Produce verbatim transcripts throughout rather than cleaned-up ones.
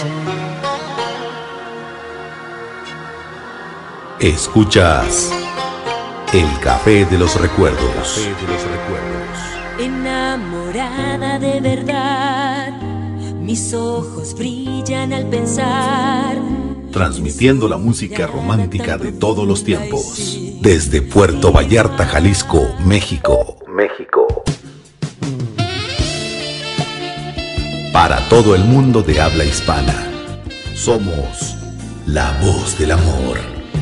Escuchas El Café de los Recuerdos. Café de los Recuerdos. Enamorada de verdad, mis ojos brillan al pensar. Transmitiendo la música romántica de todos los tiempos. Desde Puerto Vallarta, Jalisco, México. México. Para todo el mundo de habla hispana. Somos la voz del amor.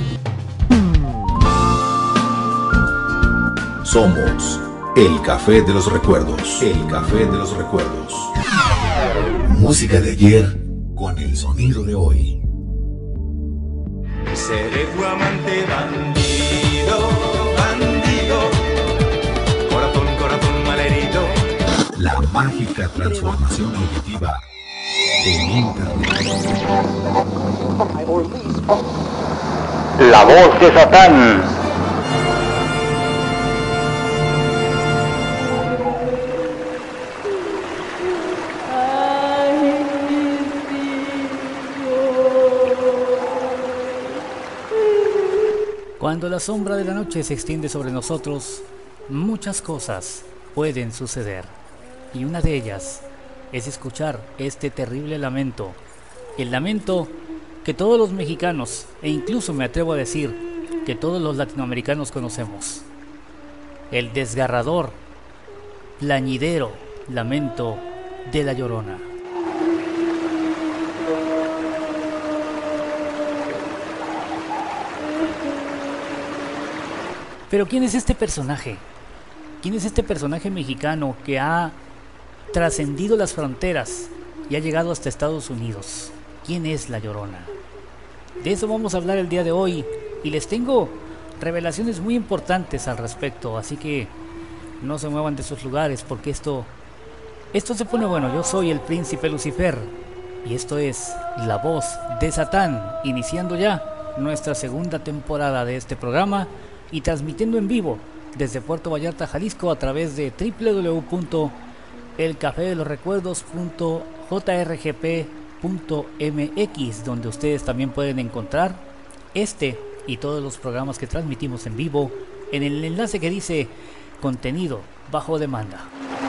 Somos El Café de los Recuerdos. El Café de los Recuerdos. Música de ayer con el sonido de hoy. Seré tu amante bandido, bandido, corazón, corazón malherido. La mágica transformación auditiva en Internet. La voz de Satán. Cuando la sombra de la noche se extiende sobre nosotros, muchas cosas pueden suceder. Y una de ellas es escuchar este terrible lamento. El lamento que todos los mexicanos, e incluso me atrevo a decir que todos los latinoamericanos conocemos. El desgarrador, plañidero lamento de La Llorona. Pero ¿quién es este personaje? ¿Quién es este personaje mexicano que ha trascendido las fronteras y ha llegado hasta Estados Unidos? ¿Quién es La Llorona? De eso vamos a hablar el día de hoy y les tengo revelaciones muy importantes al respecto, así que no se muevan de sus lugares porque esto, esto se pone bueno. Yo soy el Príncipe Lucifer y esto es La Voz de Satán, iniciando ya nuestra segunda temporada de este programa y transmitiendo en vivo desde Puerto Vallarta, Jalisco, a través de doble u doble u doble u punto el café de los recuerdos punto j r g p punto m x, donde ustedes también pueden encontrar este y todos los programas que transmitimos en vivo en el enlace que dice contenido bajo demanda.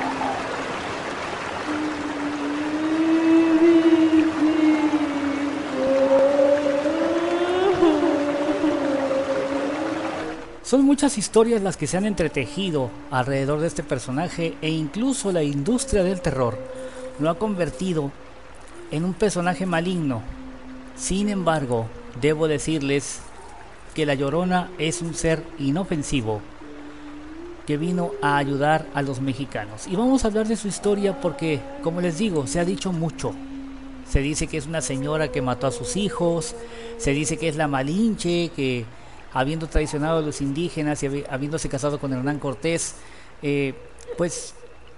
Son muchas historias las que se han entretejido alrededor de este personaje e incluso la industria del terror lo ha convertido en un personaje maligno. Sin embargo, debo decirles que La Llorona es un ser inofensivo que vino a ayudar a los mexicanos. Y vamos a hablar de su historia porque, como les digo, se ha dicho mucho. Se dice que es una señora que mató a sus hijos, se dice que es la Malinche, que habiendo traicionado a los indígenas y habiéndose casado con Hernán Cortés, eh, pues,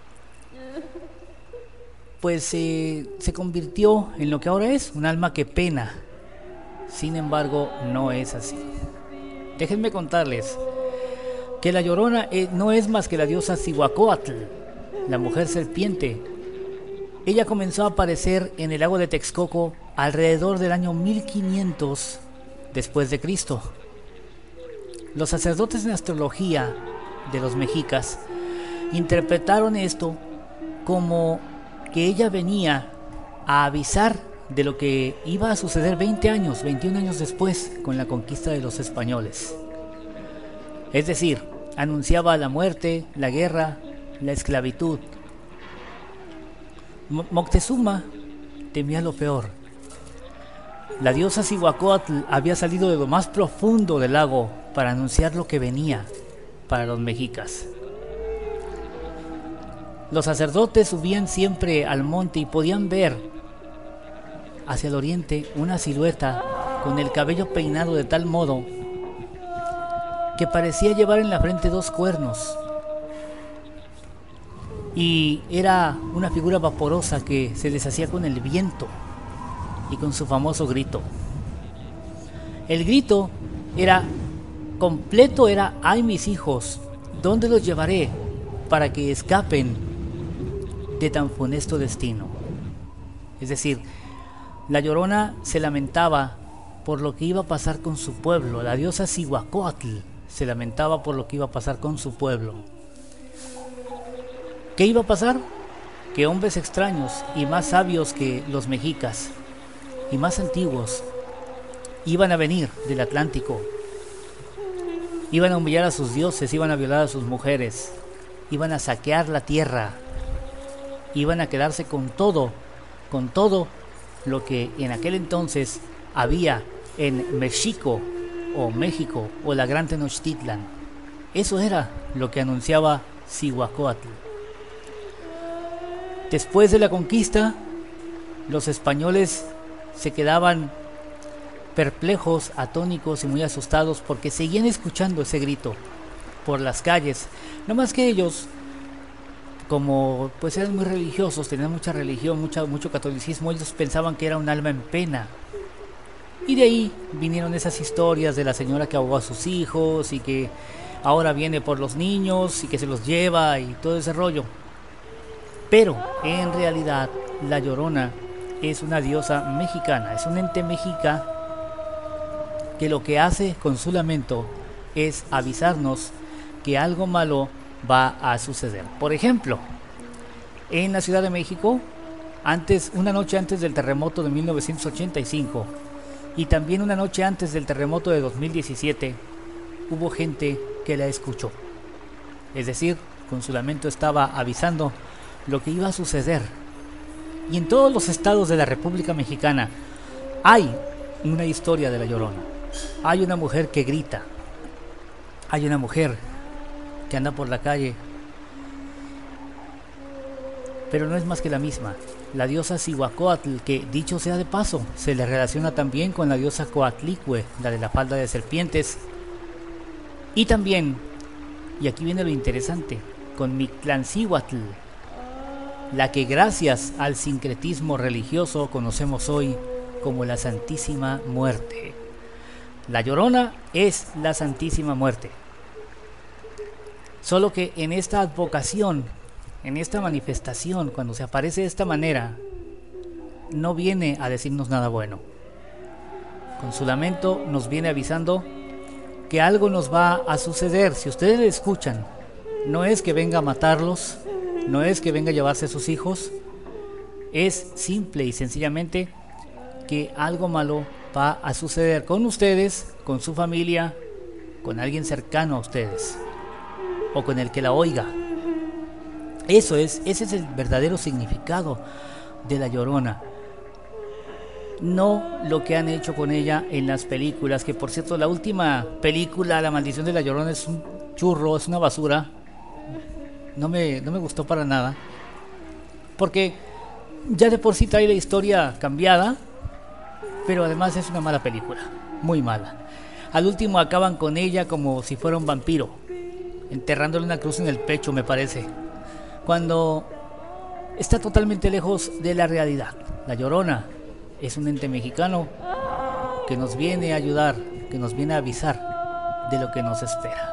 pues eh, se convirtió en lo que ahora es, un alma que pena. Sin embargo, no es así. Déjenme contarles que La Llorona eh, no es más que la diosa Cihuacóatl, la mujer serpiente. Ella comenzó a aparecer en el lago de Texcoco alrededor del año mil quinientos después de Cristo. Los sacerdotes en astrología de los mexicas interpretaron esto como que ella venía a avisar de lo que iba a suceder veinte años, veintiún años después con la conquista de los españoles. Es decir, anunciaba la muerte, la guerra, la esclavitud. Moctezuma temía lo peor. La diosa Cihuacóatl había salido de lo más profundo del lago para anunciar lo que venía para los mexicas. Los sacerdotes subían siempre al monte y podían ver hacia el oriente una silueta con el cabello peinado de tal modo que parecía llevar en la frente dos cuernos. Y era una figura vaporosa que se deshacía con el viento y con su famoso grito. El grito era completo, era: ¡ay, mis hijos! ¿Dónde los llevaré para que escapen de tan funesto destino? Es decir, La Llorona se lamentaba por lo que iba a pasar con su pueblo. La diosa Cihuacóatl se lamentaba por lo que iba a pasar con su pueblo. ¿Qué iba a pasar? Que hombres extraños y más sabios que los mexicas y más antiguos iban a venir del Atlántico, iban a humillar a sus dioses, iban a violar a sus mujeres, iban a saquear la tierra, iban a quedarse con todo, con todo lo que en aquel entonces había en México o México o la Gran Tenochtitlan. Eso era lo que anunciaba Cihuacóatl. Después de la conquista, los españoles se quedaban perplejos, atónicos y muy asustados porque seguían escuchando ese grito por las calles. No más que ellos, como pues eran muy religiosos, tenían mucha religión, mucha, mucho catolicismo, ellos pensaban que era un alma en pena. Y de ahí vinieron esas historias de la señora que ahogó a sus hijos y que ahora viene por los niños y que se los lleva y todo ese rollo. Pero en realidad la Llorona es una diosa mexicana, es un ente mexica que lo que hace con su lamento es avisarnos que algo malo va a suceder. Por ejemplo, en la Ciudad de México, antes, una noche antes del terremoto de mil novecientos ochenta y cinco y también una noche antes del terremoto de dos mil diecisiete, hubo gente que la escuchó. Es decir, con su lamento estaba avisando lo que iba a suceder. Y en todos los estados de la República Mexicana hay una historia de la Llorona. Hay una mujer que grita, hay una mujer que anda por la calle, pero no es más que la misma, la diosa Cihuacóatl, que dicho sea de paso, se le relaciona también con la diosa Coatlicue, la de la falda de serpientes, y también, y aquí viene lo interesante, con Mictlancíhuatl, la que gracias al sincretismo religioso conocemos hoy como la Santísima Muerte. La Llorona es la Santísima Muerte. Solo que en esta advocación, en esta manifestación, cuando se aparece de esta manera, no viene a decirnos nada bueno. Con su lamento nos viene avisando que algo nos va a suceder. Si ustedes le escuchan, no es que venga a matarlos, no es que venga a llevarse a sus hijos, es simple y sencillamente que algo malo va a suceder con ustedes, con su familia, con alguien cercano a ustedes o con el que la oiga. Eso es, ese es el verdadero significado de la Llorona. No lo que han hecho con ella en las películas, que por cierto la última película, La Maldición de la Llorona, es un churro, es una basura. No me, no me gustó para nada, porque ya de por sí trae la historia cambiada, pero además es una mala película, muy mala. Al último acaban con ella como si fuera un vampiro, enterrándole una cruz en el pecho, me parece, cuando está totalmente lejos de la realidad. La Llorona es un ente mexicano que nos viene a ayudar, que nos viene a avisar de lo que nos espera.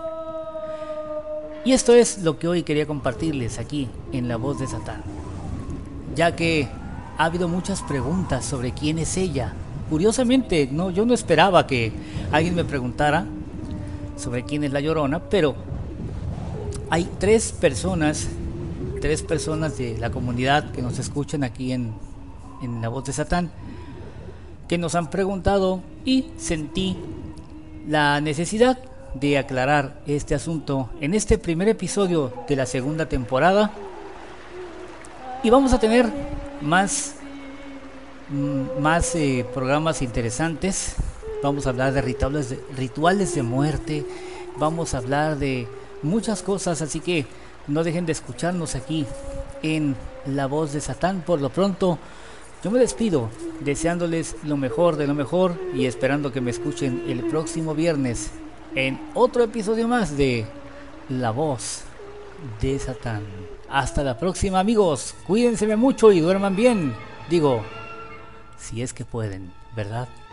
Y esto es lo que hoy quería compartirles aquí en La Voz de Satán, ya que ha habido muchas preguntas sobre quién es ella. Curiosamente, no, yo no esperaba que alguien me preguntara sobre quién es la Llorona, pero hay tres personas, tres personas de la comunidad que nos escuchan aquí en, en La Voz de Satán, que nos han preguntado y sentí la necesidad de aclarar este asunto en este primer episodio de la segunda temporada. Y vamos a tener más, más eh, programas interesantes. Vamos a hablar de rituales, de rituales de muerte. Vamos a hablar de muchas cosas, así que no dejen de escucharnos aquí en La Voz de Satán. Por lo pronto, yo me despido deseándoles lo mejor de lo mejor y esperando que me escuchen el próximo viernes en otro episodio más de La Voz de Satán. Hasta la próxima, amigos. Cuídense mucho y duerman bien. Digo, si es que pueden, ¿verdad?